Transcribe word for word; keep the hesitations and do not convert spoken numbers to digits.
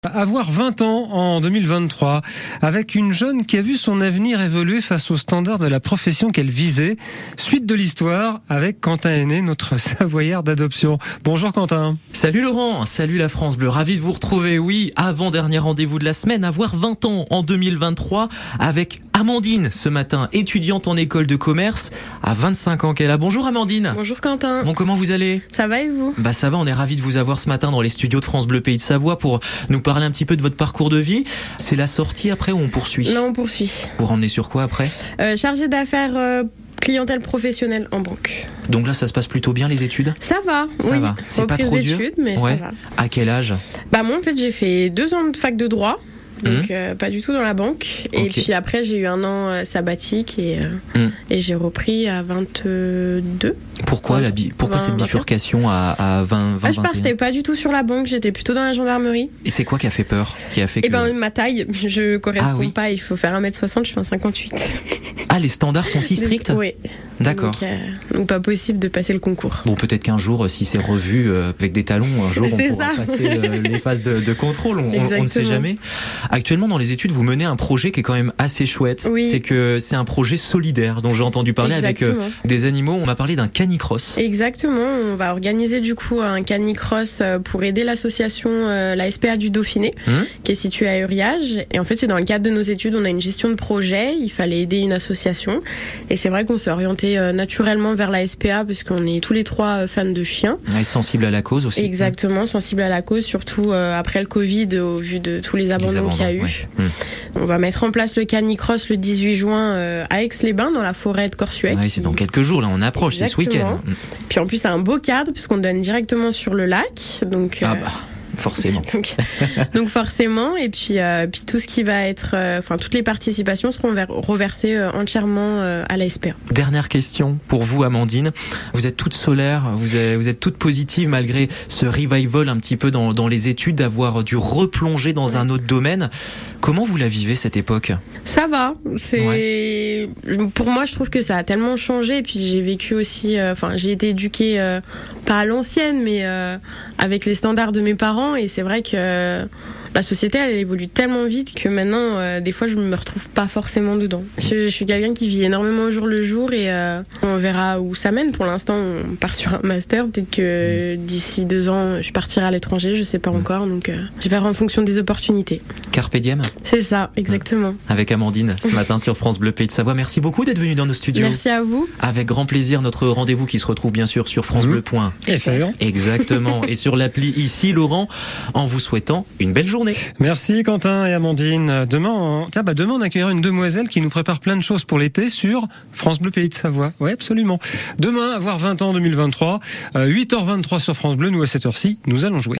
Avoir vingt ans en deux mille vingt-trois, avec une jeune qui a vu son avenir évoluer face aux standards de la profession qu'elle visait. Suite de l'histoire avec Quentin Henné, notre savoyard d'adoption. Bonjour Quentin. Salut Laurent, salut la France Bleue, ravi de vous retrouver. Oui, avant-dernier rendez-vous de la semaine, avoir vingt ans en deux mille vingt-trois, avec Amandine ce matin, étudiante en école de commerce, à vingt-cinq ans qu'elle a. Bonjour Amandine. Bonjour Quentin. Bon, comment vous allez ? Ça va et vous ? Bah ça va, on est ravis de vous avoir ce matin dans les studios de France Bleu Pays de Savoie pour nous parler un petit peu de votre parcours de vie. C'est la sortie après ou on poursuit ? Non, on poursuit. Vous ramenez sur quoi après ? euh, Chargé d'affaires euh, clientèle professionnelle en banque. Donc là, ça se passe plutôt bien les études ? Ça va, Ça oui. va. C'est pas Reprise trop dur ? d'études, mais Ouais. ça va. À quel âge ? Bah moi en fait j'ai fait deux ans de fac de droit. Donc Mmh. euh, pas du tout dans la banque. Et Ok. puis après j'ai eu un an euh, sabbatique et, euh, Mmh. et j'ai repris à vingt-deux. Pourquoi, la bi- pourquoi vingt, cette vingt et un. bifurcation à, à vingt, vingt, Ah, je vingt et un ? partais pas du tout sur la banque, j'étais plutôt dans la gendarmerie. Et c'est quoi qui a fait peur ? Qui a fait Et que... ben ma taille, je correspond Ah oui. pas, il faut faire un mètre soixante, je fais un cinquante-huit. Ah, les standards sont si stricts ? Oui. D'accord. Donc, euh, donc pas possible de passer le concours. Bon, peut-être qu'un jour, si c'est revu euh, avec des talons, un jour, on C'est pourra ça. passer le- les phases de, de contrôle. On, on- on ne sait Exactement. jamais. Actuellement, dans les études, vous menez un projet qui est quand même assez chouette. Oui. C'est que c'est un projet solidaire dont j'ai entendu parler avec euh, Exactement. des animaux. On m'a parlé d'un canicross. Exactement, on va organiser du coup un canicross euh, pour aider l'association euh, la S P A du Dauphiné, Hum qui est située à Uriage. Et en fait, c'est dans le cadre de nos études, on a une gestion de projet, il fallait aider une association. Et c'est vrai qu'on s'est orienté euh, naturellement vers la S P A, parce qu'on est tous les trois euh, fans de chiens. Ouais, sensible à la cause aussi. Exactement, sensible à la cause, surtout euh, après le Covid, au vu de tous les Les abandons qu'il y a eu. abandons, ouais. Hum. On va mettre en place le canicross le dix-huit juin euh, à Aix-les-Bains, dans la forêt de Corsuec. Ouais, c'est dans quelques jours, là, on approche, c'est ce Exactement. week-end. Hum. Puis en plus, c'est un beau cadre puisqu'on donne directement sur le lac, donc Ah euh, bah, forcément. donc, donc forcément. Et puis euh, puis tout ce qui va être, euh, enfin toutes les participations seront ver- reversées euh, entièrement euh, à la S P A. Dernière question pour vous, Amandine. Vous êtes toute solaire, vous êtes, vous êtes toute positive malgré ce revival un petit peu dans, dans les études, d'avoir dû replonger dans un autre domaine. Comment vous la vivez cette époque ? Ça va. C'est pour moi, je trouve que ça a tellement changé. Et puis j'ai vécu aussi, euh, enfin j'ai été éduquée euh, pas à l'ancienne, mais euh, avec les standards de mes parents. Et c'est vrai que euh, la société, elle évolue tellement vite que maintenant, euh, des fois, je me retrouve pas forcément dedans. Je, je suis quelqu'un qui vit énormément au jour le jour et euh, on verra où ça mène. Pour l'instant, on part sur un master. Peut-être que d'ici deux ans, je partirai à l'étranger. Je sais pas encore. Donc, euh, je verrai en fonction des opportunités. Carpe diem C'est ça, exactement. avec Amandine ce matin sur France Bleu Pays de Savoie. Merci beaucoup d'être venu dans nos studios. Merci à vous. Avec grand plaisir, notre rendez-vous qui se retrouve bien sûr sur francebleu point f r. Et faire. Exactement. Et sur l'appli ici, Laurent, en vous souhaitant une belle journée. Merci Quentin et Amandine. Demain, on... Tiens, bah demain on accueillera une demoiselle qui nous prépare plein de choses pour l'été sur France Bleu Pays de Savoie. Oui, absolument. Demain, avoir vingt ans en deux mille vingt-trois, euh, huit heures vingt-trois sur France Bleu, nous à cette heure-ci, nous allons jouer.